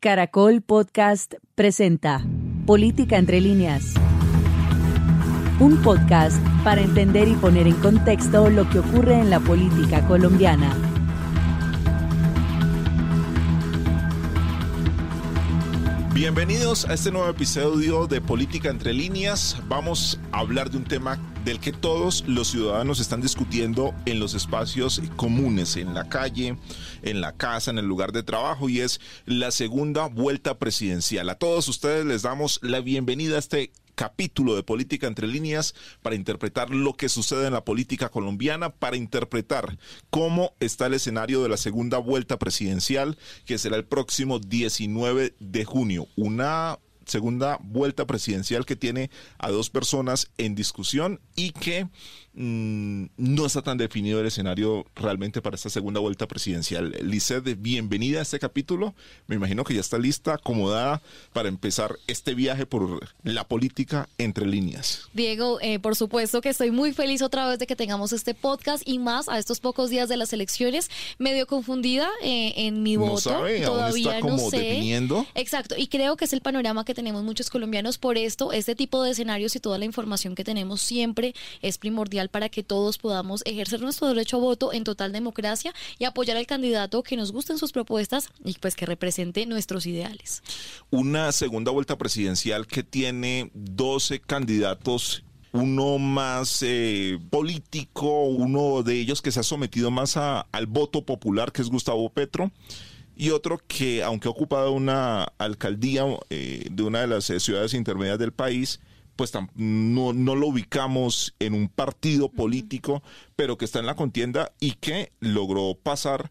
Caracol Podcast presenta Política entre líneas. Un podcast para entender y poner en contexto lo que ocurre en la política colombiana. Bienvenidos a este nuevo episodio de Política entre líneas. Vamos a hablar de un tema del que todos los ciudadanos están discutiendo en los espacios comunes, en la calle, en la casa, en el lugar de trabajo, y es la segunda vuelta presidencial. A todos ustedes les damos la bienvenida a este capítulo de Política entre líneas para interpretar lo que sucede en la política colombiana, para interpretar cómo está el escenario de la segunda vuelta presidencial, que será el próximo 19 de junio. Una segunda vuelta presidencial que tiene a dos personas en discusión y que no está tan definido el escenario realmente para esta segunda vuelta presidencial. Lisset, bienvenida a este capítulo. Me imagino que ya está lista, acomodada para empezar este viaje por la política entre líneas. Diego, por supuesto que estoy muy feliz otra vez de que tengamos este podcast y más a estos pocos días de las elecciones. Medio confundida en mi voto. No sabe, todavía aún está como no sé. definiendo. Exacto, y creo que es el panorama que tenemos muchos colombianos. Por esto, este tipo de escenarios y toda la información que tenemos siempre es primordial para que todos podamos ejercer nuestro derecho a voto en total democracia y apoyar al candidato que nos gusten sus propuestas y pues que represente nuestros ideales. Una segunda vuelta presidencial que tiene 12 candidatos, uno más político, uno de ellos que se ha sometido más al voto popular, que es Gustavo Petro, y otro que, aunque ha ocupado una alcaldía de una de las ciudades intermedias del país, pues no lo ubicamos en un partido político, pero que está en la contienda y que logró pasar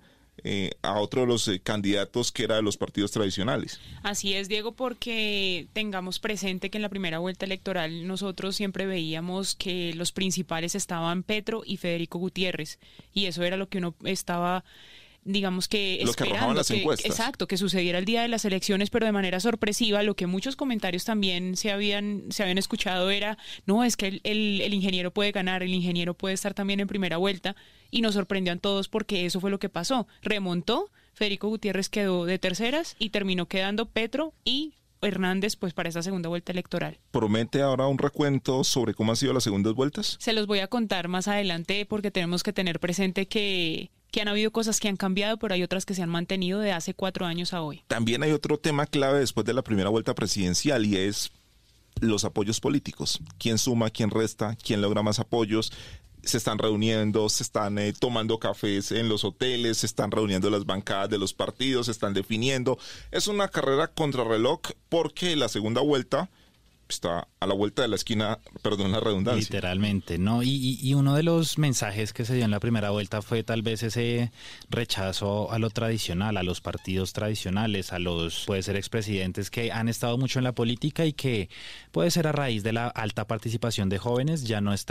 a otro de los candidatos que era de los partidos tradicionales. Así es, Diego, porque tengamos presente que en la primera vuelta electoral nosotros siempre veíamos que los principales estaban Petro y Federico Gutiérrez, y eso era lo que uno estaba, digamos que lo que arrojaban las encuestas. Exacto, que sucediera el día de las elecciones, pero de manera sorpresiva. Lo que muchos comentarios también se habían escuchado era, no, es que el ingeniero puede ganar, el ingeniero puede estar también en primera vuelta, y nos sorprendió a todos porque eso fue lo que pasó. Remontó, Federico Gutiérrez quedó de terceras y terminó quedando Petro y Hernández pues para esta segunda vuelta electoral. ¿Promete ahora un recuento sobre cómo han sido las segundas vueltas? Se los voy a contar más adelante porque tenemos que tener presente que han habido cosas que han cambiado, pero hay otras que se han mantenido de hace 4 años a hoy. También hay otro tema clave después de la primera vuelta presidencial y es los apoyos políticos. ¿Quién suma, quién resta, quién logra más apoyos? Se están reuniendo, se están tomando cafés en los hoteles, se están reuniendo las bancadas de los partidos, se están definiendo. Es una carrera contrarreloj porque la segunda vuelta está a la vuelta de la esquina, perdón la redundancia. Literalmente, ¿no? Y uno de los mensajes que se dio en la primera vuelta fue tal vez ese rechazo a lo tradicional, a los partidos tradicionales, a los, puede ser expresidentes que han estado mucho en la política y que puede ser a raíz de la alta participación de jóvenes, ya no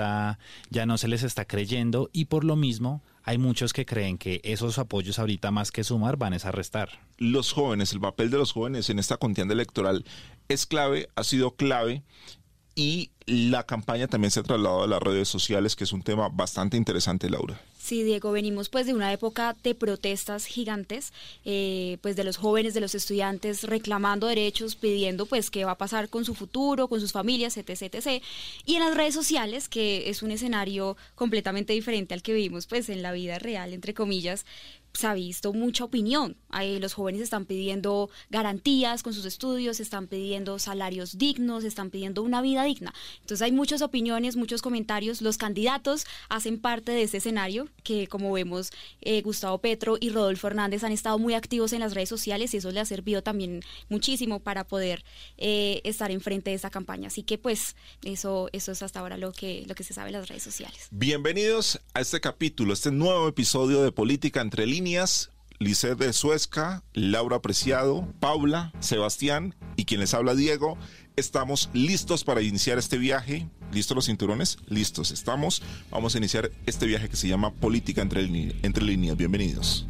se les está creyendo y por lo mismo hay muchos que creen que esos apoyos ahorita más que sumar van a restar. Los jóvenes, el papel de los jóvenes en esta contienda electoral es clave, ha sido clave, y la campaña también se ha trasladado a las redes sociales, que es un tema bastante interesante, Laura. Sí, Diego, venimos pues de una época de protestas gigantes, pues de los jóvenes, de los estudiantes reclamando derechos, pidiendo pues qué va a pasar con su futuro, con sus familias, etc., etc. Y en las redes sociales, que es un escenario completamente diferente al que vivimos pues en la vida real, entre comillas, se ha visto mucha opinión. Los jóvenes están pidiendo garantías con sus estudios, están pidiendo salarios dignos, están pidiendo una vida digna. Entonces hay muchas opiniones, muchos comentarios. Los candidatos hacen parte de este escenario que, como vemos, Gustavo Petro y Rodolfo Hernández han estado muy activos en las redes sociales y eso le ha servido también muchísimo para poder estar enfrente de esta campaña. Así que pues eso es hasta ahora lo que se sabe en las redes sociales. Bienvenidos a este capítulo, este nuevo episodio de Política entre líneas. Lisset de Suezca, Laura Preciado, Paula, Sebastián y quien les habla, Diego. Estamos listos para iniciar este viaje. ¿Listos los cinturones? Listos, estamos. Vamos a iniciar este viaje que se llama Política entre líneas. Bienvenidos.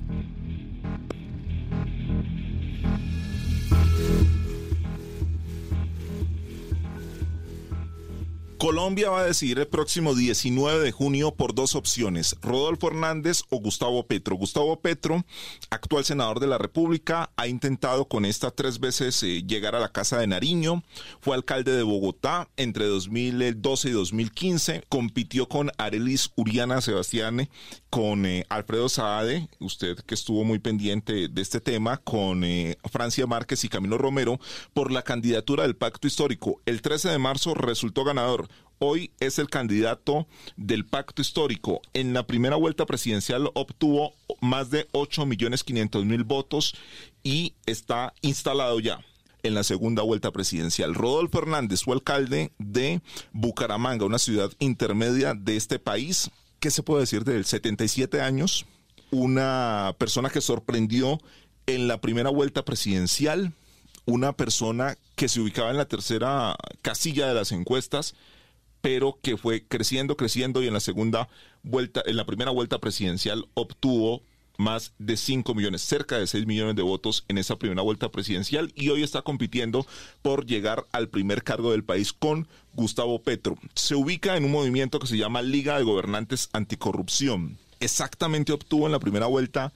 Colombia va a decidir el próximo 19 de junio por dos opciones, Rodolfo Hernández o Gustavo Petro. Gustavo Petro, actual senador de la República, ha intentado con esta 3 veces llegar a la Casa de Nariño, fue alcalde de Bogotá entre 2012 y 2015, compitió con Arelis Uriana Sebastián, con Alfredo Saade, usted que estuvo muy pendiente de este tema, con Francia Márquez y Camilo Romero por la candidatura del Pacto Histórico. El 13 de marzo resultó ganador. Hoy es el candidato del Pacto Histórico. En la primera vuelta presidencial obtuvo más de 8.500.000 votos y está instalado ya en la segunda vuelta presidencial. Rodolfo Hernández fue alcalde de Bucaramanga, una ciudad intermedia de este país. ¿Qué se puede decir de él? 77 años, una persona que sorprendió en la primera vuelta presidencial, una persona que se ubicaba en la tercera casilla de las encuestas, pero que fue creciendo y en la segunda vuelta, en la primera vuelta presidencial obtuvo más de 5 millones, cerca de 6 millones de votos en esa primera vuelta presidencial y hoy está compitiendo por llegar al primer cargo del país con Gustavo Petro. Se ubica en un movimiento que se llama Liga de Gobernantes Anticorrupción. Exactamente obtuvo en la primera vuelta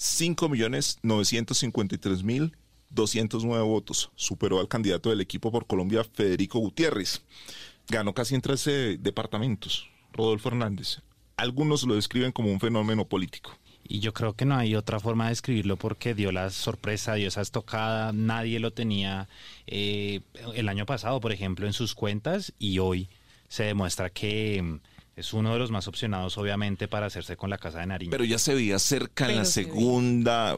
5.953.209 votos. Superó al candidato del Equipo por Colombia, Federico Gutiérrez. Ganó casi en 13 departamentos, Rodolfo Hernández. Algunos lo describen como un fenómeno político. Y yo creo que no hay otra forma de describirlo porque dio la sorpresa, dio esa estocada, nadie lo tenía el año pasado, por ejemplo, en sus cuentas y hoy se demuestra que es uno de los más opcionados, obviamente, para hacerse con la Casa de Nariño. Pero ya se veía cerca en la segunda,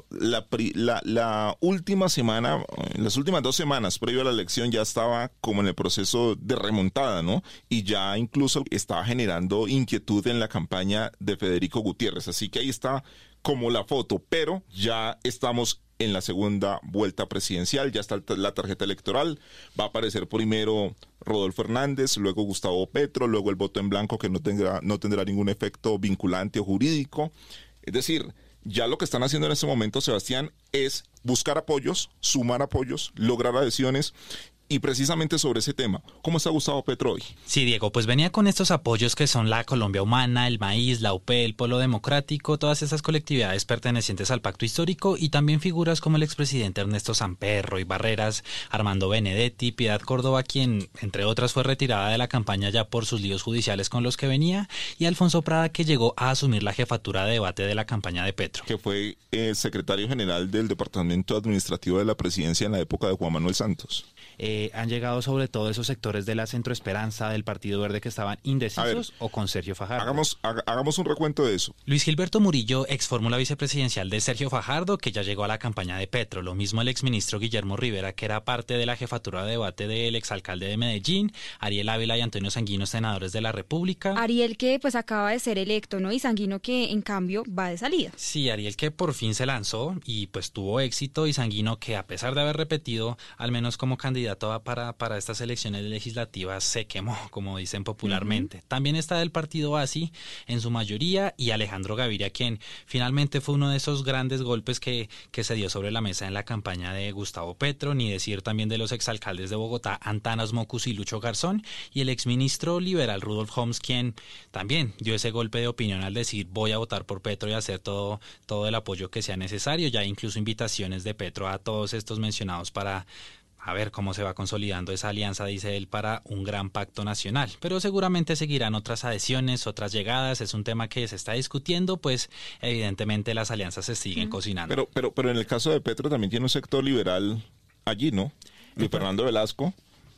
la última semana, en las últimas 2 semanas previo a la elección ya estaba como en el proceso de remontada, ¿no? Y ya incluso estaba generando inquietud en la campaña de Federico Gutiérrez. Así que ahí está como la foto, pero ya estamos en la segunda vuelta presidencial, ya está la tarjeta electoral, va a aparecer primero Rodolfo Hernández, luego Gustavo Petro, luego el voto en blanco que no tendrá ningún efecto vinculante o jurídico. Es decir, ya lo que están haciendo en este momento, Sebastián, es buscar apoyos, sumar apoyos, lograr adhesiones. Y precisamente sobre ese tema, ¿cómo está Gustavo Petro hoy? Sí, Diego, pues venía con estos apoyos que son la Colombia Humana, el Maíz, la UP, el Polo Democrático, todas esas colectividades pertenecientes al Pacto Histórico y también figuras como el expresidente Ernesto Samper, Roy Barreras, Armando Benedetti, Piedad Córdoba, quien entre otras fue retirada de la campaña ya por sus líos judiciales con los que venía, y Alfonso Prada, que llegó a asumir la jefatura de debate de la campaña de Petro. Que fue secretario general del Departamento Administrativo de la Presidencia en la época de Juan Manuel Santos. Han llegado sobre todo esos sectores de la Centroesperanza, del Partido Verde, que estaban indecisos o con Sergio Fajardo. Hagamos un recuento de eso. Luis Gilberto Murillo, ex fórmula vicepresidencial de Sergio Fajardo, que ya llegó a la campaña de Petro. Lo mismo el exministro Guillermo Rivera, que era parte de la jefatura de debate del exalcalde de Medellín, Ariel Ávila y Antonio Sanguino, senadores de la República. Ariel, que pues acaba de ser electo, ¿no? Y Sanguino, que en cambio va de salida. Sí, Ariel, que por fin se lanzó y pues tuvo éxito, y Sanguino, que a pesar de haber repetido, al menos como candidato para estas elecciones legislativas, se quemó, como dicen popularmente. También está del partido ASI en su mayoría, y Alejandro Gaviria, quien finalmente fue uno de esos grandes golpes que se dio sobre la mesa en la campaña de Gustavo Petro, ni decir también de los exalcaldes de Bogotá, Antanas Mocus y Lucho Garzón, y el exministro liberal Rudolf Homs, quien también dio ese golpe de opinión al decir voy a votar por Petro y hacer todo el apoyo que sea necesario. Ya incluso invitaciones de Petro a todos estos mencionados para a ver cómo se va consolidando esa alianza, dice él, para un gran pacto nacional. Pero seguramente seguirán otras adhesiones, otras llegadas. Es un tema que se está discutiendo, pues evidentemente las alianzas se siguen cocinando. Pero en el caso de Petro también tiene un sector liberal allí, ¿no? Luis Fernando Velasco.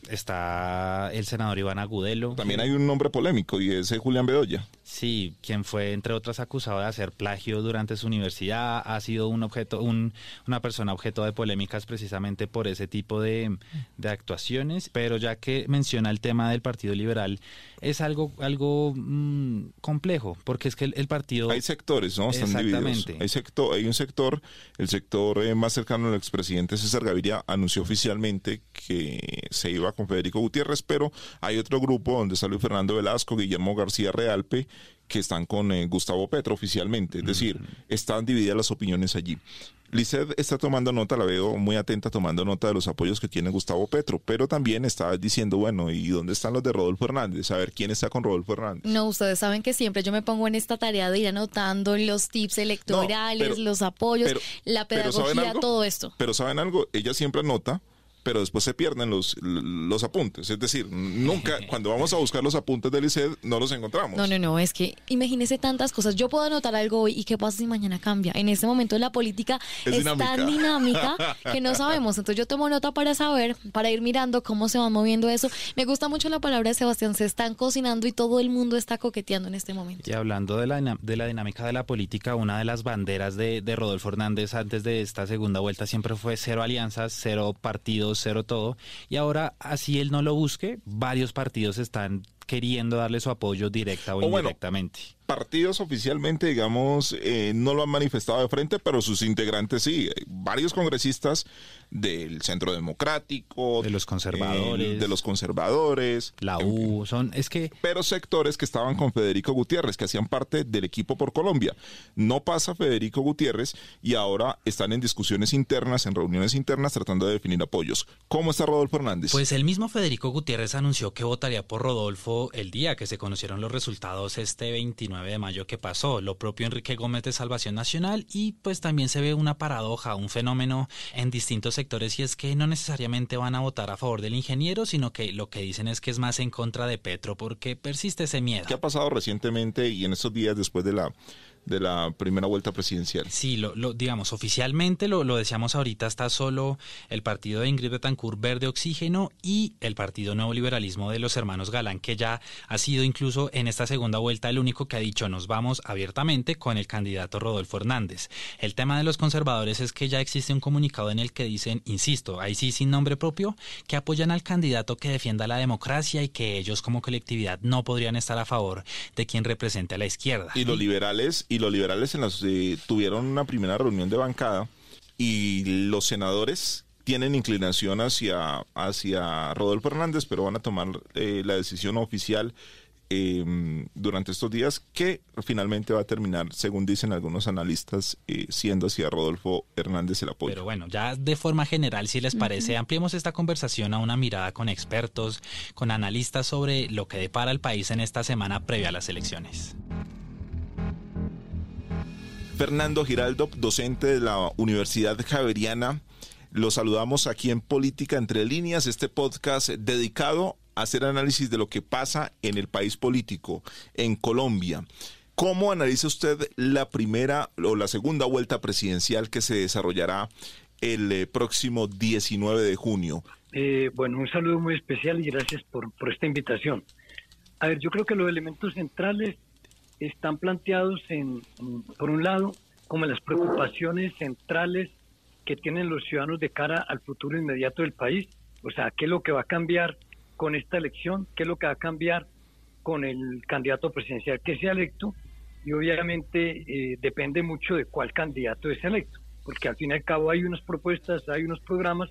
Está el senador Iván Agudelo. También hay un nombre polémico y ese es Julián Bedoya. Sí, quien fue entre otras acusado de hacer plagio durante su universidad, ha sido una persona objeto de polémicas precisamente por ese tipo de actuaciones. Pero ya que menciona el tema del Partido Liberal, es algo complejo, porque es que el partido... Hay sectores, ¿no? Están divididos. Hay un sector, el sector más cercano al expresidente César Gaviria anunció oficialmente que se iba con Federico Gutiérrez, pero hay otro grupo donde está Luis Fernando Velasco, Guillermo García Realpe, que están con Gustavo Petro oficialmente. Es decir, están divididas las opiniones allí. Lisset está tomando nota, la veo muy atenta tomando nota de los apoyos que tiene Gustavo Petro, pero también está diciendo, bueno, ¿y dónde están los de Rodolfo Hernández? A ver, ¿quién está con Rodolfo Hernández? No, ustedes saben que siempre yo me pongo en esta tarea de ir anotando los tips electorales, los apoyos, la pedagogía, todo esto. Pero ¿saben algo? Ella siempre anota, pero después se pierden los apuntes. Es decir, nunca, cuando vamos a buscar los apuntes de Lisset, no los encontramos. No, es que imagínese tantas cosas. Yo puedo anotar algo hoy y qué pasa si mañana cambia. En este momento la política es tan dinámica que no sabemos. Entonces yo tomo nota para saber, para ir mirando cómo se va moviendo eso. Me gusta mucho la palabra de Sebastián, se están cocinando y todo el mundo está coqueteando en este momento. Y hablando de la dinámica de la política, una de las banderas de Rodolfo Hernández antes de esta segunda vuelta siempre fue cero alianzas, cero partidos, cero todo, y ahora así él no lo busque, varios partidos están queriendo darle su apoyo directa o indirectamente. Partidos oficialmente, digamos, no lo han manifestado de frente, pero sus integrantes sí. Varios congresistas del Centro Democrático, de los conservadores, la U, pero sectores que estaban con Federico Gutiérrez, que hacían parte del equipo por Colombia. No pasa Federico Gutiérrez y ahora están en discusiones internas, en reuniones internas, tratando de definir apoyos. ¿Cómo está Rodolfo Hernández? Pues el mismo Federico Gutiérrez anunció que votaría por Rodolfo el día que se conocieron los resultados este 29 de mayo que pasó. Lo propio Enrique Gómez de Salvación Nacional, y pues también se ve una paradoja, un fenómeno en distintos sectores, y es que no necesariamente van a votar a favor del ingeniero, sino que lo que dicen es que es más en contra de Petro, porque persiste ese miedo. ¿Qué ha pasado recientemente y en estos días después de la primera vuelta presidencial? Sí, digamos, oficialmente lo decíamos ahorita, está solo el partido de Ingrid Betancourt, Verde Oxígeno, y el partido Nuevo Liberalismo de los hermanos Galán, que ya ha sido incluso en esta segunda vuelta el único que ha dicho nos vamos abiertamente con el candidato Rodolfo Hernández. El tema de los conservadores es que ya existe un comunicado en el que dicen, insisto, ahí sí sin nombre propio, que apoyan al candidato que defienda la democracia y que ellos como colectividad no podrían estar a favor de quien represente a la izquierda. Y los liberales tuvieron una primera reunión de bancada y los senadores tienen inclinación hacia Rodolfo Hernández, pero van a tomar la decisión oficial durante estos días, que finalmente va a terminar, según dicen algunos analistas, siendo hacia Rodolfo Hernández el apoyo. Pero bueno, ya de forma general, si les parece, ampliemos esta conversación a una mirada con expertos, con analistas sobre lo que depara el país en esta semana previa a las elecciones. Fernando Giraldo, docente de la Universidad Javeriana. Lo saludamos aquí en Política Entre Líneas, este podcast dedicado a hacer análisis de lo que pasa en el país político, en Colombia. ¿Cómo analiza usted la primera o la segunda vuelta presidencial que se desarrollará el próximo 19 de junio? Bueno, un saludo muy especial y gracias por esta invitación. A ver, yo creo que los elementos centrales están planteados por un lado, como las preocupaciones centrales que tienen los ciudadanos de cara al futuro inmediato del país. O sea, ¿qué es lo que va a cambiar con esta elección? ¿Qué es lo que va a cambiar con el candidato presidencial que sea electo? Y obviamente depende mucho de cuál candidato es electo, porque al fin y al cabo hay unas propuestas, hay unos programas,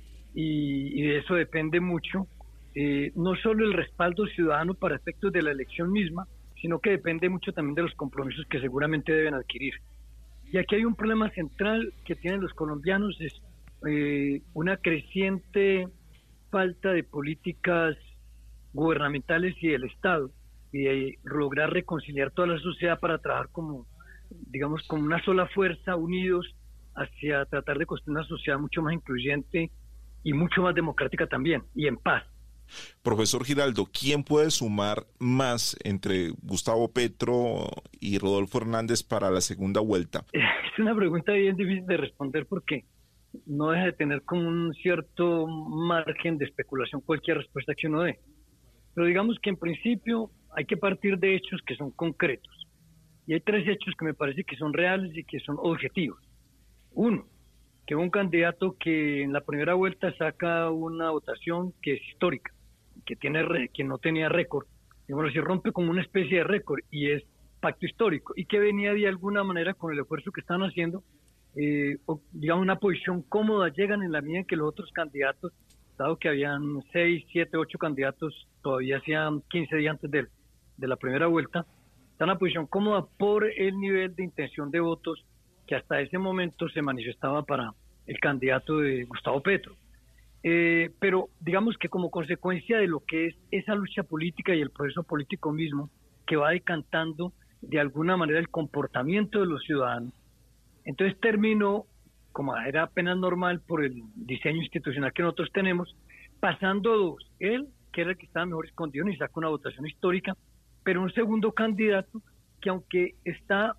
y de eso depende mucho, no solo el respaldo ciudadano para efectos de la elección misma, sino que depende mucho también de los compromisos que seguramente deben adquirir. Y aquí hay un problema central que tienen los colombianos, es una creciente falta de políticas gubernamentales y del Estado, y de lograr reconciliar toda la sociedad para trabajar como una sola fuerza, unidos hacia tratar de construir una sociedad mucho más incluyente y mucho más democrática también, y en paz. Profesor Giraldo, ¿quién puede sumar más entre Gustavo Petro y Rodolfo Hernández para la segunda vuelta? Es una pregunta bien difícil de responder porque no deja de tener como un cierto margen de especulación cualquier respuesta que uno dé. Pero digamos que en principio hay que partir de hechos que son concretos. Y hay tres hechos que me parece que son reales y que son objetivos. Uno, que un candidato que en la primera vuelta saca una votación que es histórica, que no tenía récord, digamos así, rompe como una especie de récord y es pacto histórico, y que venía de alguna manera con el esfuerzo que están haciendo, digamos una posición cómoda, llegan en la medida en que los otros candidatos, dado que habían 6, 7, 8 candidatos, todavía hacían 15 días antes de la primera vuelta, están en una posición cómoda por el nivel de intención de votos que hasta ese momento se manifestaba para el candidato de Gustavo Petro. Pero digamos que como consecuencia de lo que es esa lucha política y el proceso político mismo, que va decantando de alguna manera el comportamiento de los ciudadanos, entonces terminó, como era apenas normal por el diseño institucional que nosotros tenemos, pasando dos. Él, que era el que estaba mejor escondido, y sacó una votación histórica, pero un segundo candidato que, aunque está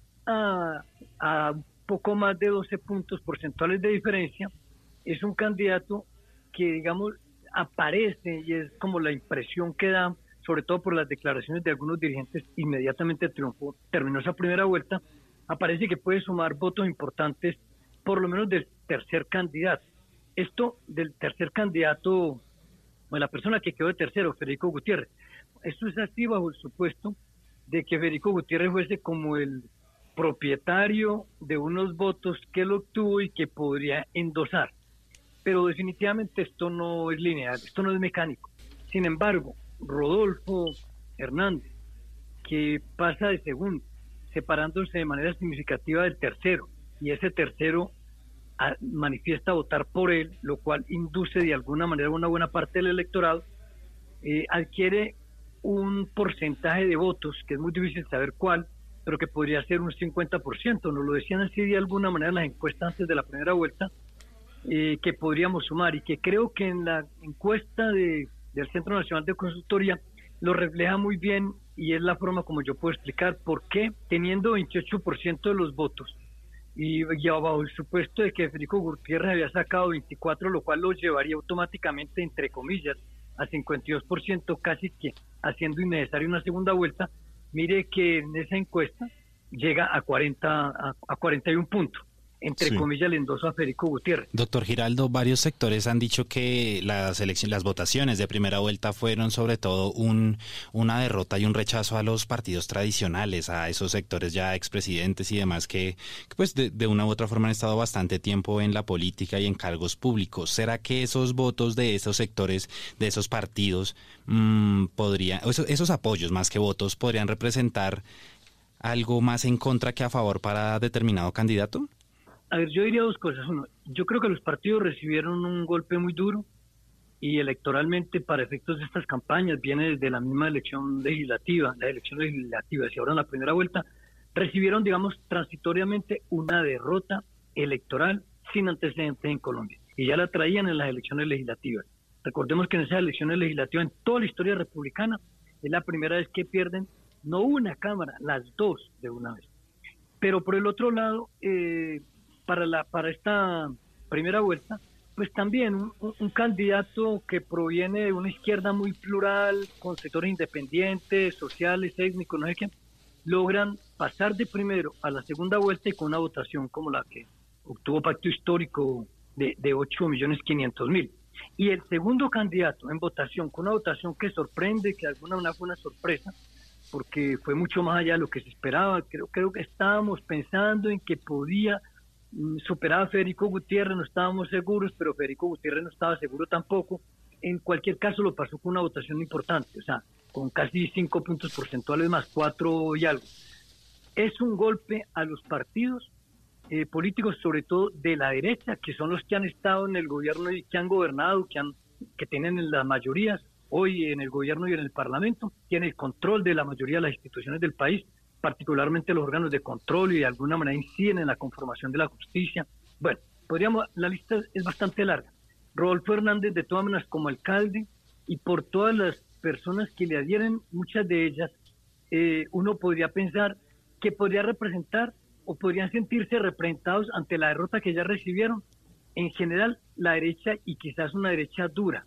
a poco más de 12 puntos porcentuales de diferencia, es un candidato que, digamos, aparece, y es como la impresión que da, sobre todo por las declaraciones de algunos dirigentes inmediatamente terminó esa primera vuelta, aparece que puede sumar votos importantes, por lo menos del tercer candidato. Esto del tercer candidato, o la persona que quedó de tercero, Federico Gutiérrez. Esto es así bajo el supuesto de que Federico Gutiérrez fuese como el propietario de unos votos que él obtuvo y que podría endosar. Pero definitivamente esto no es lineal, esto no es mecánico. Sin embargo, Rodolfo Hernández, que pasa de segundo, separándose de manera significativa del tercero, y ese tercero manifiesta votar por él, lo cual induce de alguna manera una buena parte del electorado, adquiere un porcentaje de votos, que es muy difícil saber cuál, pero que podría ser un 50%, nos lo decían así de alguna manera las encuestas antes de la primera vuelta, que podríamos sumar, y que creo que en la encuesta del Centro Nacional de Consultoría lo refleja muy bien, y es la forma como yo puedo explicar por qué, teniendo 28% de los votos, y bajo el supuesto de que Federico Gutiérrez había sacado 24, lo cual lo llevaría automáticamente, entre comillas, a 52%, casi que haciendo innecesaria una segunda vuelta. Mire que en esa encuesta llega a 41 puntos. Entre comillas, le endoso a Federico Gutiérrez. Doctor Giraldo, varios sectores han dicho que las votaciones de primera vuelta fueron sobre todo una derrota y un rechazo a los partidos tradicionales, a esos sectores ya expresidentes y demás que pues de una u otra forma han estado bastante tiempo en la política y en cargos públicos. ¿Será que esos votos de esos sectores, de esos partidos, esos apoyos más que votos, podrían representar algo más en contra que a favor para determinado candidato? A ver, yo diría dos cosas. Uno, yo creo que los partidos recibieron un golpe muy duro, y electoralmente, para efectos de estas campañas, viene desde la misma elección legislativa, si ahora en la primera vuelta, recibieron, digamos, transitoriamente una derrota electoral sin antecedentes en Colombia, y ya la traían en las elecciones legislativas. Recordemos que en esas elecciones legislativas, en toda la historia republicana, es la primera vez que pierden no una cámara, las dos de una vez. Pero por el otro lado, para esta primera vuelta, pues también un candidato que proviene de una izquierda muy plural, con sectores independientes, sociales, étnicos, no sé qué, logran pasar de primero a la segunda vuelta y con una votación como la que obtuvo Pacto Histórico de 8.500.000. Y el segundo candidato en votación, con una votación que sorprende, que de alguna manera fue una sorpresa, porque fue mucho más allá de lo que se esperaba. Creo que estábamos pensando en que podía superar a Federico Gutiérrez, no estábamos seguros, pero Federico Gutiérrez no estaba seguro tampoco. En cualquier caso lo pasó con una votación importante, o sea, con casi 5 puntos porcentuales más 4 y algo. Es un golpe a los partidos políticos, sobre todo de la derecha, que son los que han estado en el gobierno y que han gobernado, que tienen las mayorías hoy en el gobierno y en el Parlamento, tienen el control de la mayoría de las instituciones del país, particularmente los órganos de control, y de alguna manera inciden en la conformación de la justicia. Bueno, la lista es bastante larga. Rodolfo Hernández, de todas maneras, como alcalde, y por todas las personas que le adhieren, muchas de ellas, uno podría pensar que podría representar o podrían sentirse representados ante la derrota que ya recibieron, en general la derecha, y quizás una derecha dura.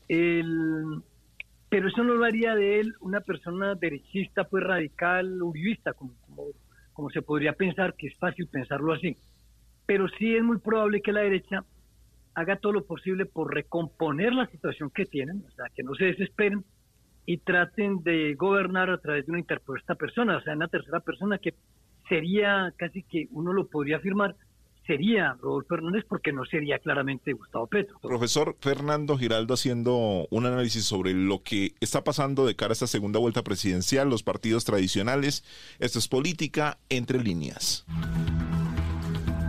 Pero eso no lo haría de él una persona derechista, pues radical, uribista, como se podría pensar, que es fácil pensarlo así. Pero sí es muy probable que la derecha haga todo lo posible por recomponer la situación que tienen, o sea, que no se desesperen y traten de gobernar a través de una interpuesta persona, o sea, una tercera persona que sería, casi que uno lo podría afirmar, sería Rodolfo Hernández, porque no sería claramente Gustavo Petro. Profesor Fernando Giraldo, haciendo un análisis sobre lo que está pasando de cara a esta segunda vuelta presidencial, los partidos tradicionales, esto es política entre líneas.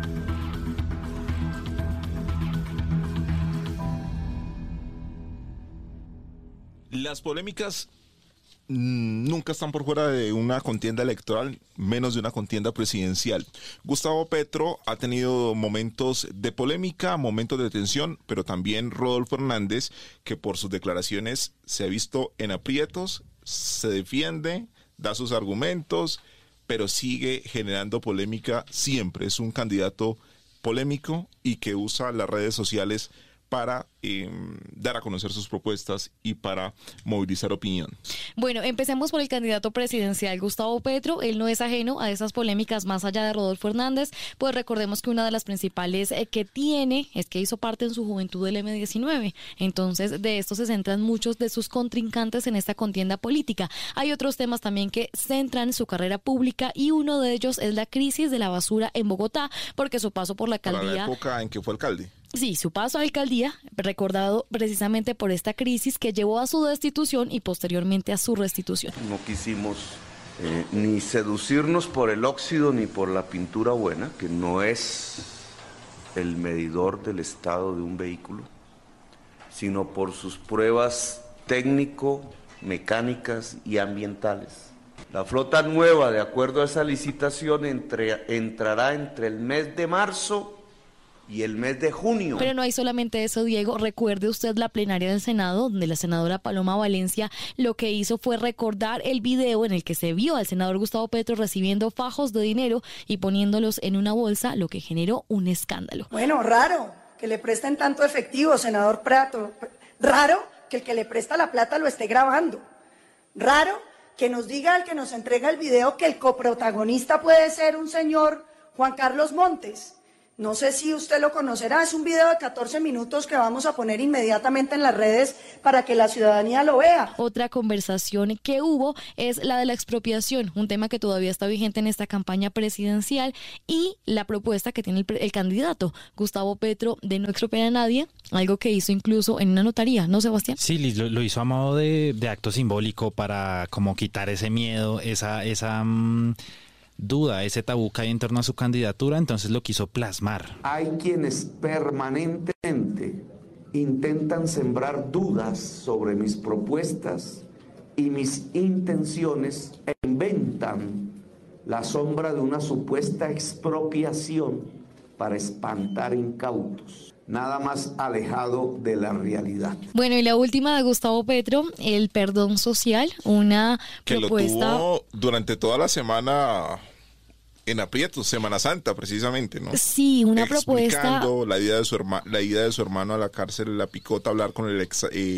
Las polémicas nunca están por fuera de una contienda electoral, menos de una contienda presidencial. Gustavo Petro ha tenido momentos de polémica, momentos de tensión, pero también Rodolfo Hernández, que por sus declaraciones se ha visto en aprietos, se defiende, da sus argumentos, pero sigue generando polémica siempre. Es un candidato polémico y que usa las redes sociales para dar a conocer sus propuestas y para movilizar opinión. Bueno, empecemos por el candidato presidencial Gustavo Petro. Él no es ajeno a esas polémicas más allá de Rodolfo Hernández, pues recordemos que una de las principales que tiene es que hizo parte en su juventud del M-19. Entonces, de esto se centran muchos de sus contrincantes en esta contienda política. Hay otros temas también que centran su carrera pública y uno de ellos es la crisis de la basura en Bogotá, porque su paso por la alcaldía... Para la época en que fue alcalde. Sí, su paso a alcaldía, recordado precisamente por esta crisis que llevó a su destitución y posteriormente a su restitución. No quisimos ni seducirnos por el óxido ni por la pintura buena, que no es el medidor del estado de un vehículo, sino por sus pruebas técnico, mecánicas y ambientales. La flota nueva, de acuerdo a esa licitación, entrará entre el mes de marzo y el mes de junio. Pero no hay solamente eso, Diego. Recuerde usted la plenaria del Senado, donde la senadora Paloma Valencia lo que hizo fue recordar el video en el que se vio al senador Gustavo Petro recibiendo fajos de dinero y poniéndolos en una bolsa, lo que generó un escándalo. Bueno, raro que le presten tanto efectivo, senador Prato. Raro que el que le presta la plata lo esté grabando. Raro que nos diga el que nos entrega el video que el coprotagonista puede ser un señor Juan Carlos Montes. No sé si usted lo conocerá, es un video de 14 minutos que vamos a poner inmediatamente en las redes para que la ciudadanía lo vea. Otra conversación que hubo es la de la expropiación, un tema que todavía está vigente en esta campaña presidencial, y la propuesta que tiene el candidato Gustavo Petro de no expropiar a nadie, algo que hizo incluso en una notaría, ¿no, Sebastián? Sí, lo hizo a modo de acto simbólico para como quitar ese miedo, esa duda, ese tabú que hay en torno a su candidatura, entonces lo quiso plasmar. Hay quienes permanentemente intentan sembrar dudas sobre mis propuestas y mis intenciones e inventan la sombra de una supuesta expropiación para espantar incautos. Nada más alejado de la realidad. Bueno, y la última de Gustavo Petro, el perdón social, una que propuesta... lo tuvo durante toda la semana en aprietos, Semana Santa precisamente, ¿no? Sí, una explicando propuesta... la ida de su hermano a la cárcel, la Picota, hablar con el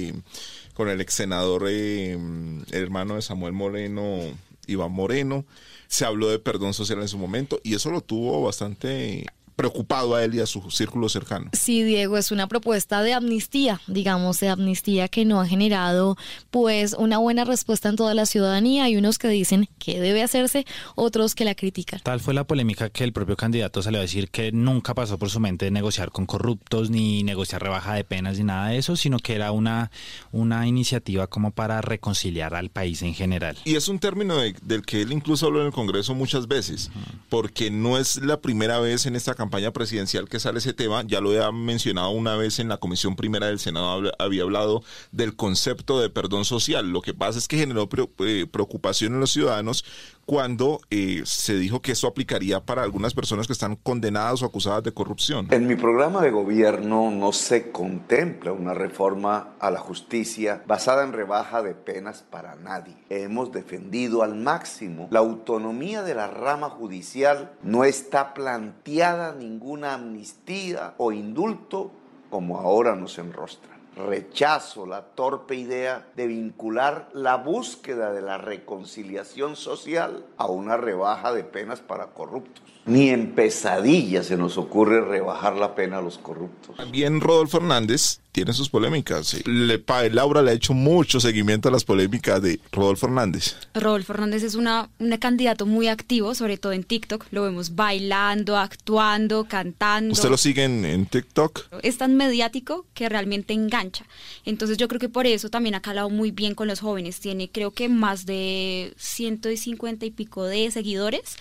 ex senador, el hermano de Samuel Moreno, Iván Moreno. Se habló de perdón social en su momento y eso lo tuvo bastante preocupado a él y a su círculo cercano. Sí, Diego, es una propuesta de amnistía, digamos, de amnistía que no ha generado pues una buena respuesta en toda la ciudadanía. Hay unos que dicen que debe hacerse, otros que la critican. Tal fue la polémica que el propio candidato salió a decir que nunca pasó por su mente negociar con corruptos, ni negociar rebaja de penas, ni nada de eso, sino que era una iniciativa como para reconciliar al país en general. Y es un término del que él incluso habló en el Congreso muchas veces, porque no es la primera vez en esta campaña presidencial que sale ese tema. Ya lo había mencionado una vez en la Comisión Primera del Senado, había hablado del concepto de perdón social. Lo que pasa es que generó preocupación en los ciudadanos cuando se dijo que eso aplicaría para algunas personas que están condenadas o acusadas de corrupción. En mi programa de gobierno no se contempla una reforma a la justicia basada en rebaja de penas para nadie. Hemos defendido al máximo la autonomía de la rama judicial. No está planteada ninguna amnistía o indulto como ahora nos enrostran. Rechazo la torpe idea de vincular la búsqueda de la reconciliación social a una rebaja de penas para corruptos. Ni en pesadilla se nos ocurre rebajar la pena a los corruptos. También Rodolfo Hernández tiene sus polémicas. Laura le ha hecho mucho seguimiento a las polémicas de Rodolfo Hernández. Rodolfo Hernández es un candidato muy activo, sobre todo en TikTok. Lo vemos bailando, actuando, cantando. ¿Usted lo sigue en TikTok? Es tan mediático que realmente engancha. Entonces yo creo que por eso también ha calado muy bien con los jóvenes. Tiene creo que más de 150 y pico de seguidores.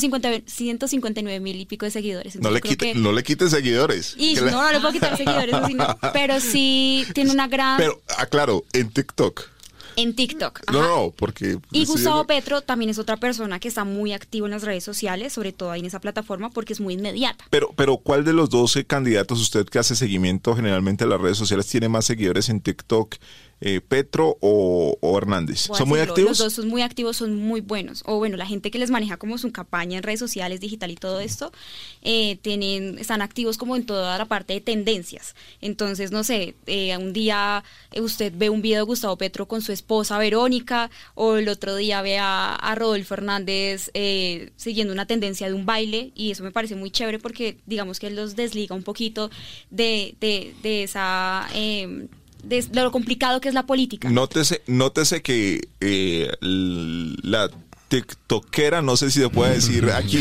159,000 y pico de seguidores. Entonces, no le quite seguidores. No le puedo quitar seguidores, pero sí tiene una gran... Pero, aclaro, en TikTok. En TikTok. Ajá. No, porque... Y Gustavo Petro también es otra persona que está muy activo en las redes sociales, sobre todo ahí en esa plataforma, porque es muy inmediata. Pero ¿cuál de los 12 candidatos, usted que hace seguimiento generalmente a las redes sociales, tiene más seguidores en TikTok? ¿Petro o Hernández? ¿Son muy activos? Los dos son muy activos, son muy buenos. O bueno, la gente que les maneja como su campaña en redes sociales, digital y todo esto, están activos como en toda la parte de tendencias. Entonces, no sé, un día usted ve un video de Gustavo Petro con su esposa Verónica, o el otro día ve a Rodolfo Hernández siguiendo una tendencia de un baile, y eso me parece muy chévere porque digamos que él los desliga un poquito de esa... de lo complicado que es la política. Nótese que la tiktokera, no sé si se puede decir aquí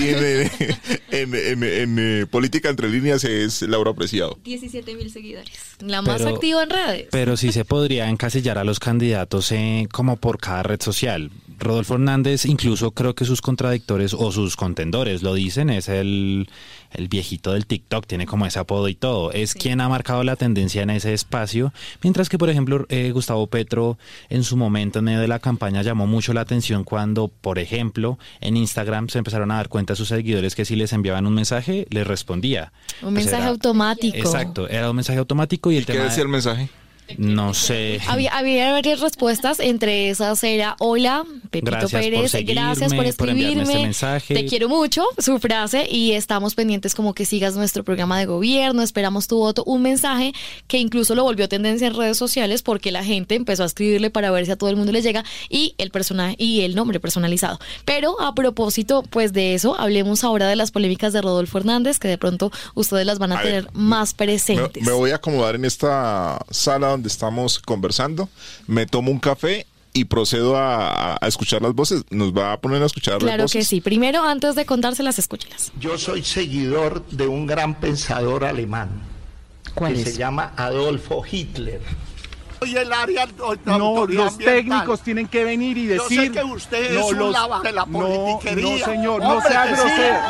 en Política Entre Líneas, es Laura Preciado. 17,000 seguidores. La más activa en redes. Pero sí se podría encasillar a los candidatos como por cada red social. Rodolfo Hernández, incluso creo que sus contradictores o sus contendores lo dicen, es el viejito del TikTok, tiene como ese apodo y todo. Es quien ha marcado la tendencia en ese espacio, mientras que, por ejemplo, Gustavo Petro en su momento en medio de la campaña llamó mucho la atención cuando, por ejemplo, en Instagram se empezaron a dar cuenta a sus seguidores que si les enviaban un mensaje, les respondía. Un mensaje automático. Exacto, era un mensaje automático. ¿Y qué decía el mensaje? No sé. Había varias respuestas, entre esas era: hola, Pepito gracias Pérez, por seguirme, gracias por escribirme, este mensaje. Te quiero mucho, su frase, y estamos pendientes como que sigas nuestro programa de gobierno, esperamos tu voto. Un mensaje que incluso lo volvió tendencia en redes sociales porque la gente empezó a escribirle para ver si a todo el mundo le llega, y el personaje y el nombre personalizado. Pero a propósito pues de eso, hablemos ahora de las polémicas de Rodolfo Hernández, que de pronto ustedes las van a tener más presentes. Me voy a acomodar en esta sala donde estamos conversando, me tomo un café y procedo a escuchar las voces. ¿Nos va a poner a escuchar las voces? Claro que sí. Primero, antes de contárselas, escúchelas. Yo soy seguidor de un gran pensador alemán. ¿Cuál que es? se llama Adolfo Hitler. Soy el área no, los técnicos tienen que venir y decir... Yo sé que usted es un lava de la politiquería. No, señor, no sea grosero,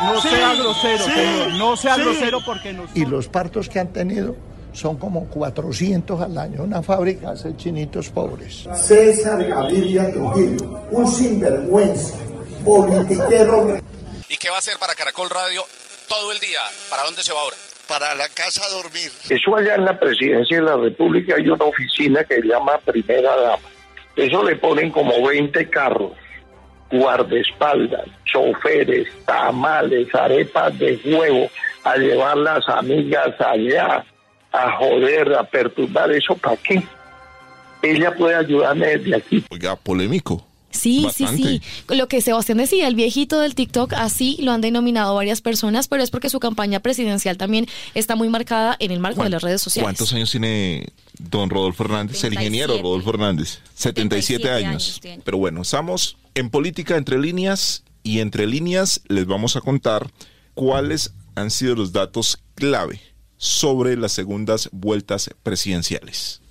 señor, no sea grosero porque nos... Y los partos que han tenido son como 400 al año. Una fábrica hace chinitos pobres. César Gaviria Trujillo, un sinvergüenza, politiquero. ¿Y qué va a hacer para Caracol Radio todo el día? ¿Para dónde se va ahora? Para la casa a dormir. Eso allá en la presidencia de la República hay una oficina que se llama Primera Dama. Eso le ponen como 20 carros, guardaespaldas, choferes, tamales, arepas de huevo, a llevar las amigas allá, a joder, a perturbar. ¿Eso para qué? Ella puede ayudarme desde aquí. Oiga, polémico. Sí, Bastante. sí. Lo que Sebastián decía, el viejito del TikTok, así lo han denominado varias personas, pero es porque su campaña presidencial también está muy marcada en el marco de las redes sociales. ¿Cuántos años tiene don Rodolfo Hernández? 37. El ingeniero Rodolfo Hernández. 77 años. Pero bueno, estamos en Política Entre Líneas, y entre líneas les vamos a contar cuáles han sido los datos clave sobre las segundas vueltas presidenciales.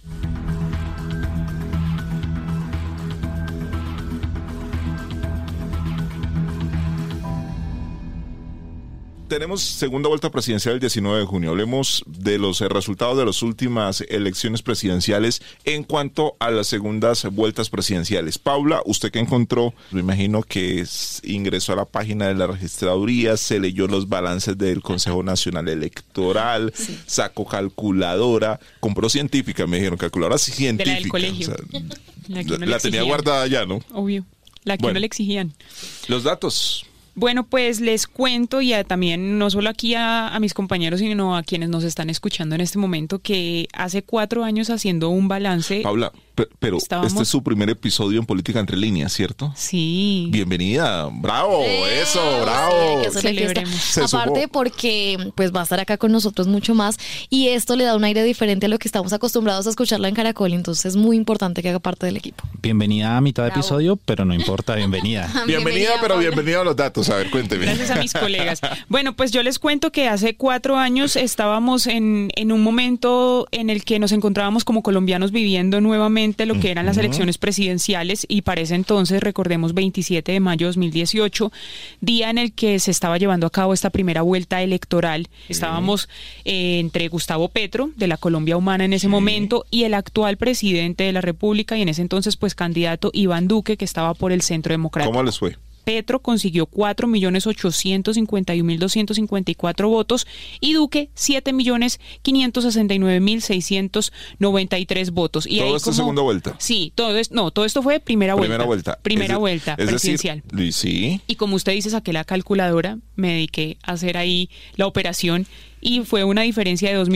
Tenemos segunda vuelta presidencial el 19 de junio. Hablemos de los resultados de las últimas elecciones presidenciales en cuanto a las segundas vueltas presidenciales. Paula, ¿usted qué encontró? Me imagino que ingresó a la página de la registraduría, se leyó los balances del Consejo Nacional Electoral, sacó calculadora, compró científica, me dijeron, calculadora científica. De la del colegio. O sea, la tenía guardada ya, ¿no? Obvio. La que no le exigían. Los datos. Bueno, pues les cuento, y también no solo aquí a mis compañeros, sino a quienes nos están escuchando en este momento, que hace 4 años haciendo un balance... Paula, pero este es su primer episodio en Política Entre Líneas, ¿cierto? Sí. Bienvenida. ¡Bravo! ¡Eso! ¡Bravo! Celebremos. Aparte porque pues va a estar acá con nosotros mucho más, y esto le da un aire diferente a lo que estamos acostumbrados a escucharla en Caracol, entonces es muy importante que haga parte del equipo. Bienvenida a mitad de episodio, pero no importa, bienvenida. Bienvenida, pero bienvenida a los datos. A ver, cuénteme. Gracias a mis colegas. Bueno, pues yo les cuento que hace 4 años estábamos en un momento en el que nos encontrábamos como colombianos viviendo nuevamente exactamente lo que eran las elecciones presidenciales, y para ese entonces, recordemos, 27 de mayo de 2018, día en el que se estaba llevando a cabo esta primera vuelta electoral. Estábamos entre Gustavo Petro, de la Colombia Humana en ese momento, y el actual presidente de la República, y en ese entonces pues candidato Iván Duque, que estaba por el Centro Democrático. ¿Cómo les fue? Petro consiguió 4.851.254 votos y Duque 7.569.693 votos. Y ¿Todo esto segunda vuelta? Sí, todo esto fue primera vuelta. Primera vuelta presidencial. Decir, sí. Y como usted dice, saqué la calculadora, me dediqué a hacer ahí la operación y fue una diferencia de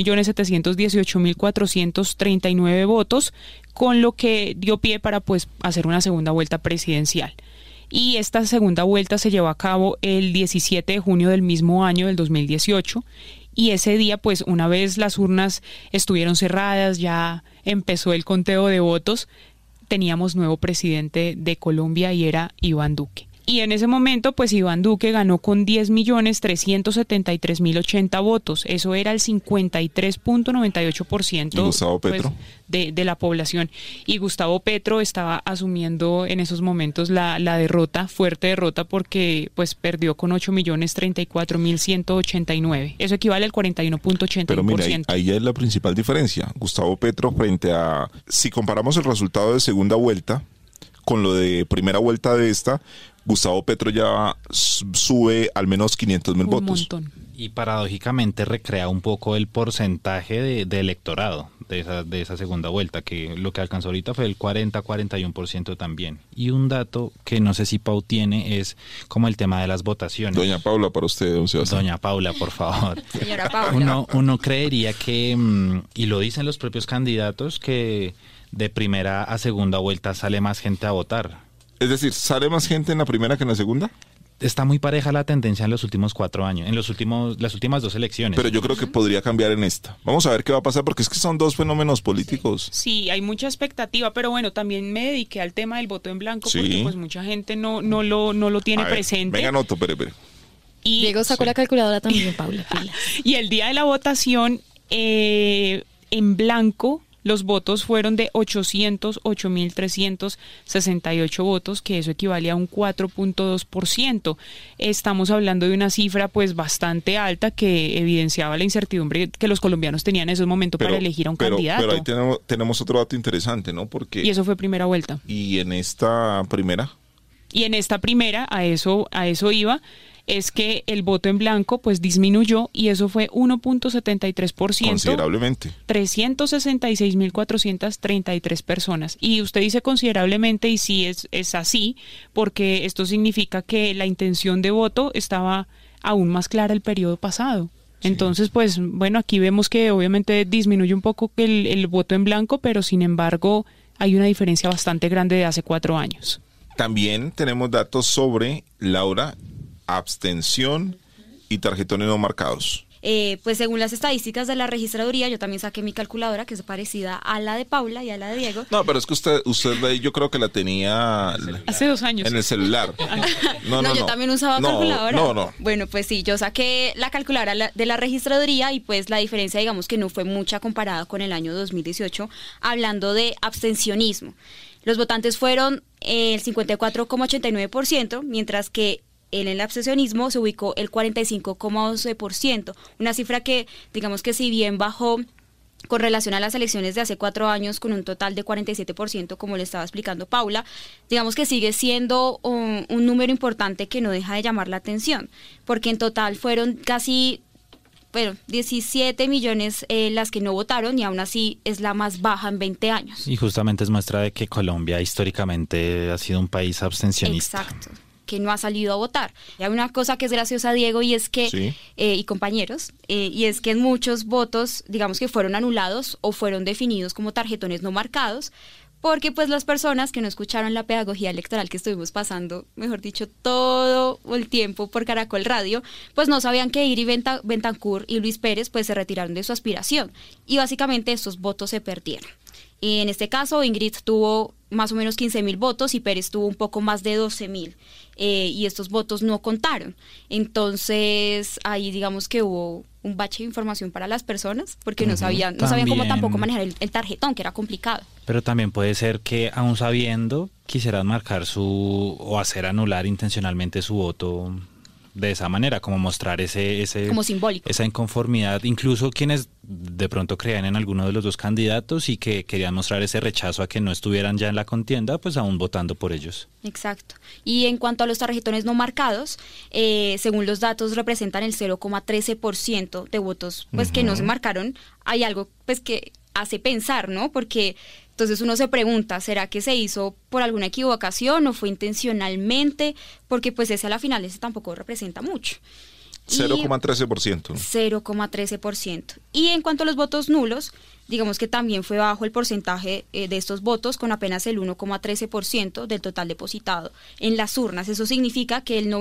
2.718.439 votos, con lo que dio pie para pues hacer una segunda vuelta presidencial. Y esta segunda vuelta se llevó a cabo el 17 de junio del mismo año, del 2018, y ese día, pues una vez las urnas estuvieron cerradas, ya empezó el conteo de votos, teníamos nuevo presidente de Colombia y era Iván Duque. Y en ese momento, pues Iván Duque ganó con 10.373.080 votos. Eso era el 53.98%. ¿Y Gustavo Petro? Pues, de la población. Y Gustavo Petro estaba asumiendo en esos momentos la derrota, fuerte derrota, porque pues perdió con 8.034.189. Eso equivale al 41.81%. Pero mira, ahí ya es la principal diferencia. Gustavo Petro frente a... Si comparamos el resultado de segunda vuelta con lo de primera vuelta de esta, Gustavo Petro ya sube al menos 500.000 votos. Montón. Y paradójicamente recrea un poco el porcentaje de electorado de esa segunda vuelta, que lo que alcanzó ahorita fue el 40-41% también. Y un dato que no sé si Pau tiene es como el tema de las votaciones. Doña Paula, para usted, don Sebastián. Doña Paula, por favor. Señora Paula. Uno creería que, y lo dicen los propios candidatos, que de primera a segunda vuelta sale más gente a votar. Es decir, ¿sale más gente en la primera que en la segunda? Está muy pareja la tendencia en los últimos 4 años, las últimas 2 elecciones. Pero yo creo que podría cambiar en esta. Vamos a ver qué va a pasar, porque es que son dos fenómenos políticos. Sí, hay mucha expectativa, pero bueno, también me dediqué al tema del voto en blanco, porque pues mucha gente no lo tiene presente. Venga, noto, pero. Y Diego sacó la calculadora también, Paula. Y el día de la votación, en blanco, los votos fueron de 808.368 votos, que eso equivale a un 4.2%. Estamos hablando de una cifra pues bastante alta que evidenciaba la incertidumbre que los colombianos tenían en esos momentos para elegir a un candidato. Pero ahí tenemos otro dato interesante, ¿no? Porque y eso fue primera vuelta. ¿Y en esta primera? Y en esta primera, a eso iba, es que el voto en blanco pues disminuyó y eso fue 1.73%. Considerablemente. 366.433 personas. Y usted dice considerablemente, y sí es así, porque esto significa que la intención de voto estaba aún más clara el periodo pasado. Sí. Entonces, pues bueno, aquí vemos que obviamente disminuye un poco el voto en blanco, pero sin embargo hay una diferencia bastante grande de hace 4 años. También tenemos datos sobre, Laura, abstención y tarjetones no marcados. Pues según las estadísticas de la registraduría, yo también saqué mi calculadora, que es parecida a la de Paula y a la de Diego. No, pero es que usted yo creo que la tenía hace 2 años en el celular. No, yo también usaba calculadora. No. Bueno, pues sí, yo saqué la calculadora de la registraduría y pues la diferencia, digamos que no fue mucha comparada con el año 2018, hablando de abstencionismo. Los votantes fueron el 54,89%, mientras que en el abstencionismo se ubicó el 45,11%, una cifra que, digamos que si bien bajó con relación a las elecciones de hace 4 años con un total de 47%, como le estaba explicando Paula, digamos que sigue siendo un número importante que no deja de llamar la atención, porque en total fueron casi 17 millones las que no votaron y aún así es la más baja en 20 años. Y justamente es muestra de que Colombia históricamente ha sido un país abstencionista. Exacto, que no ha salido a votar. Y hay una cosa que es graciosa, Diego, y es que, sí. Y compañeros, y es que en muchos votos, digamos que fueron anulados o fueron definidos como tarjetones no marcados, porque pues las personas que no escucharon la pedagogía electoral que estuvimos pasando, mejor dicho, todo el tiempo por Caracol Radio, pues no sabían que Ingrid Betancourt y Luis Pérez pues se retiraron de su aspiración y básicamente estos votos se perdieron. Y en este caso Ingrid tuvo más o menos 15.000 votos y Pérez tuvo un poco más de 12.000. Y estos votos no contaron. Entonces ahí digamos que hubo un bache de información para las personas porque no sabían cómo tampoco manejar el tarjetón, que era complicado. Pero también puede ser que aún sabiendo quisieran marcar o hacer anular intencionalmente su voto de esa manera, como mostrar ese como simbólico, esa inconformidad, incluso quienes de pronto creían en alguno de los dos candidatos y que querían mostrar ese rechazo a que no estuvieran ya en la contienda, pues aún votando por ellos. Exacto. Y en cuanto a los tarjetones no marcados, según los datos representan el 0,13% de votos pues que no se marcaron. Hay algo pues que hace pensar, ¿no? Porque entonces uno se pregunta, ¿será que se hizo por alguna equivocación o fue intencionalmente? Porque pues ese a la final ese tampoco representa mucho. 0,13%. 0,13%. Y en cuanto a los votos nulos, digamos que también fue bajo el porcentaje de estos votos, con apenas el 1,13% del total depositado en las urnas. Eso significa que el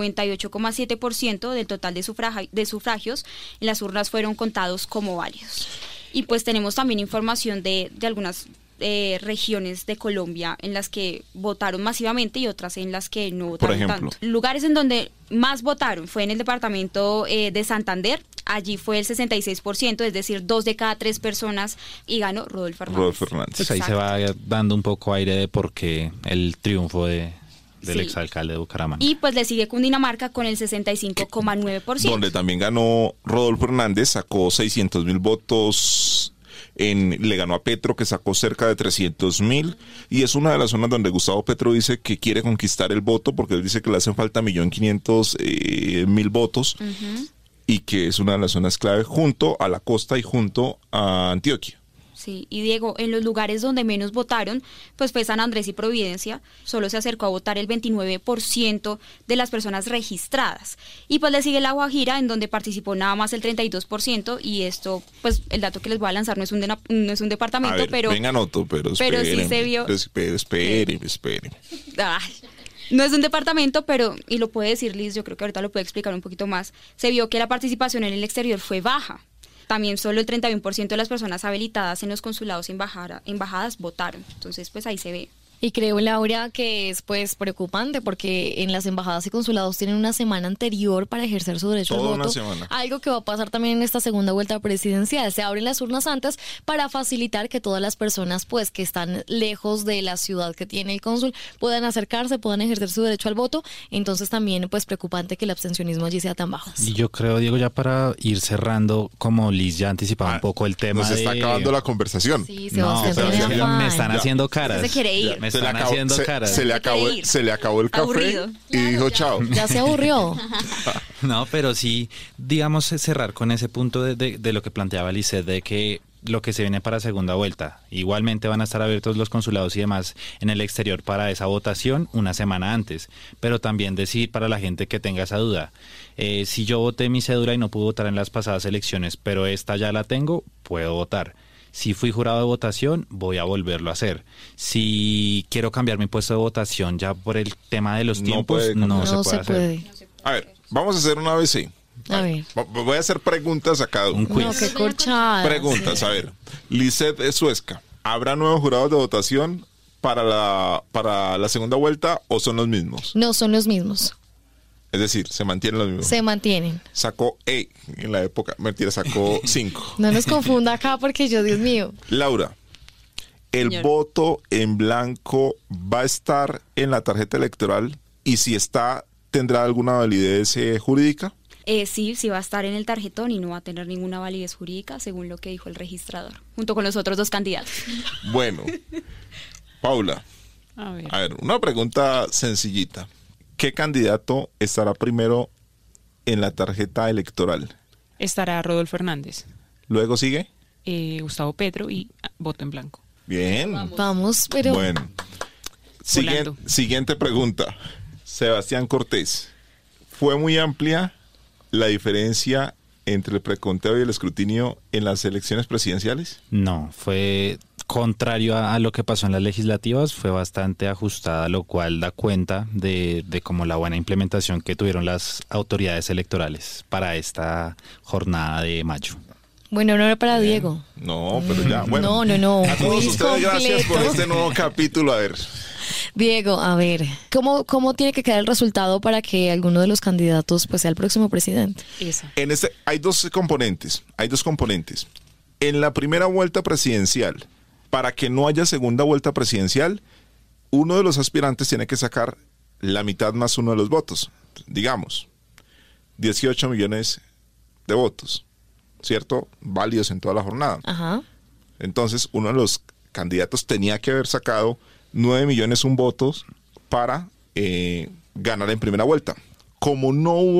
98,7% del total de sufragios en las urnas fueron contados como válidos. Y pues tenemos también información de algunas regiones de Colombia en las que votaron masivamente y otras en las que no votaron tanto. Lugares en donde más votaron fue en el departamento de Santander. Allí fue el 66%, es decir, 2 de cada 3 personas, y ganó Rodolfo Hernández. Pues ahí se va dando un poco aire de por qué el triunfo del exalcalde de Bucaramanga. Y pues le sigue Cundinamarca con el 65,9%. Donde también ganó Rodolfo Hernández, sacó 600.000 votos. Le ganó a Petro, que sacó cerca de 300.000, y es una de las zonas donde Gustavo Petro dice que quiere conquistar el voto, porque él dice que le hacen falta 1.500.000 votos, y que es una de las zonas clave junto a la costa y junto a Antioquia. Sí, y Diego, en los lugares donde menos votaron, pues fue San Andrés y Providencia, solo se acercó a votar el 29% de las personas registradas. Y pues le sigue La Guajira, en donde participó nada más el 32%, y esto, pues el dato que les voy a lanzar no es un departamento, a ver, pero... Venga, noto, pero sí se vio... Espere. Ay, no es un departamento, pero, y lo puede decir Liz, yo creo que ahorita lo puede explicar un poquito más, se vio que la participación en el exterior fue baja. También solo el 31% de las personas habilitadas en los consulados y embajadas votaron. Entonces, pues ahí se ve. Y creo, Laura, que es pues preocupante porque en las embajadas y consulados tienen una semana anterior para ejercer su derecho al voto. Una semana. Algo que va a pasar también en esta segunda vuelta presidencial. Se abren las urnas antes para facilitar que todas las personas pues que están lejos de la ciudad que tiene el cónsul puedan acercarse, puedan ejercer su derecho al voto. Entonces también pues preocupante que el abstencionismo allí sea tan bajo. Y yo creo, Diego, ya para ir cerrando, como Liz ya anticipaba un poco el tema. Nos está acabando la conversación. Sí, me están haciendo caras. Se quiere ir. Se le acabó el café. Aburrido. Y dijo chao. Ya se aburrió. No, pero sí, digamos, cerrar con ese punto de lo que planteaba Lisset, de que lo que se viene para segunda vuelta. Igualmente van a estar abiertos los consulados y demás en el exterior para esa votación una semana antes. Pero también decir para la gente que tenga esa duda, si yo voté mi cédula y no pude votar en las pasadas elecciones, pero esta ya la tengo, puedo votar. Si fui jurado de votación, voy a volverlo a hacer. Si quiero cambiar mi puesto de votación ya por el tema de los tiempos, no se puede hacer. A ver, vamos a hacer una ABC. A ver. Voy a hacer preguntas a cada uno. Un quiz. No, qué corchada. Preguntas, a ver. Lisset Suezca, ¿habrá nuevos jurados de votación para la segunda vuelta o son los mismos? No, son los mismos. Es decir, se mantienen los mismos. Se mantienen. Sacó en la época, mentira, sacó 5. No nos confunda acá porque yo, Dios mío. Laura, ¿el voto en blanco va a estar en la tarjeta electoral? Y si está, ¿tendrá alguna validez jurídica? Sí va a estar en el tarjetón y no va a tener ninguna validez jurídica, según lo que dijo el registrador, junto con los otros 2 candidatos. Bueno, Paula, a ver, una pregunta sencillita. ¿Qué candidato estará primero en la tarjeta electoral? Estará Rodolfo Hernández. ¿Luego sigue? Gustavo Petro y voto en blanco. Bien. Vamos, pero... Bueno. Siguiente pregunta. Sebastián Cortés. ¿Fue muy amplia la diferencia entre el preconteo y el escrutinio en las elecciones presidenciales? No, fue contrario a lo que pasó en las legislativas, fue bastante ajustada, lo cual da cuenta de como la buena implementación que tuvieron las autoridades electorales para esta jornada de mayo. Bueno, no era para Diego. No, pero ya, bueno. No. A todos Quiz ustedes, gracias por completo. este nuevo capítulo. A ver, Diego, a ver, ¿cómo tiene que quedar el resultado para que alguno de los candidatos pues sea el próximo presidente? en este hay dos componentes. En la primera vuelta presidencial, para que no haya segunda vuelta presidencial, uno de los aspirantes tiene que sacar la mitad más uno de los votos. Digamos, 18 millones de votos, ¿cierto? Válidos en toda la jornada. Ajá. Entonces, uno de los candidatos tenía que haber sacado 9 millones un votos para ganar en primera vuelta. Como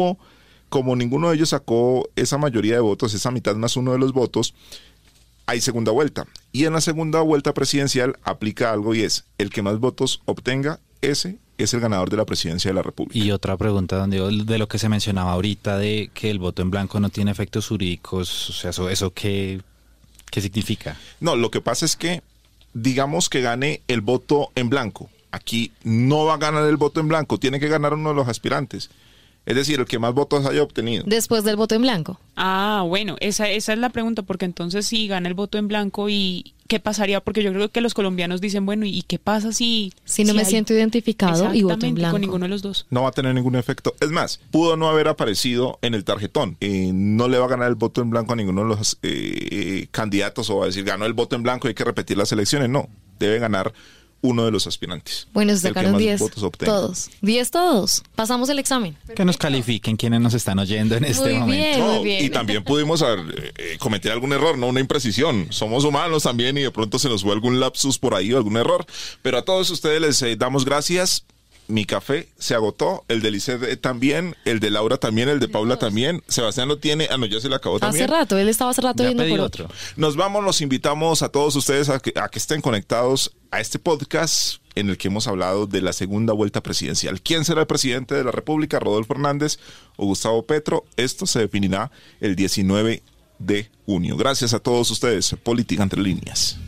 ninguno de ellos sacó esa mayoría de votos, esa mitad más uno de los votos, hay segunda vuelta. Y en la segunda vuelta presidencial aplica algo y es, el que más votos obtenga, ese es el ganador de la presidencia de la República. Y otra pregunta, don Diego, de lo que se mencionaba ahorita de que el voto en blanco no tiene efectos jurídicos, o sea, ¿eso qué significa? No, lo que pasa es que, digamos que gane el voto en blanco. Aquí no va a ganar el voto en blanco, tiene que ganar uno de los aspirantes. Es decir, el que más votos haya obtenido. Después del voto en blanco. Ah, bueno, esa es la pregunta, porque entonces si gana el voto en blanco, ¿y qué pasaría? Porque yo creo que los colombianos dicen, bueno, ¿y qué pasa si no me siento identificado y voto en blanco? Con ninguno de los dos. No va a tener ningún efecto. Es más, pudo no haber aparecido en el tarjetón. No le va a ganar el voto en blanco a ninguno de los candidatos, o va a decir, ganó el voto en blanco y hay que repetir las elecciones. No, debe ganar uno de los aspirantes. Bueno, se sacaron 10 todos. 10 todos. Pasamos el examen. Que nos califiquen quienes nos están oyendo en este momento. Muy bien. Y también pudimos cometer algún error, no una imprecisión. Somos humanos también y de pronto se nos fue algún lapsus por ahí o algún error. Pero a todos ustedes les damos gracias. Mi café se agotó, el de Lisset también, el de Laura también, el de Paula también. Sebastián lo tiene, no, ya se le acabó también. Él estaba hace rato viendo por otro. Nos vamos, los invitamos a todos ustedes a que estén conectados a este podcast en el que hemos hablado de la segunda vuelta presidencial. ¿Quién será el presidente de la República? ¿Rodolfo Hernández o Gustavo Petro? Esto se definirá el 19 de junio. Gracias a todos ustedes. Política entre líneas.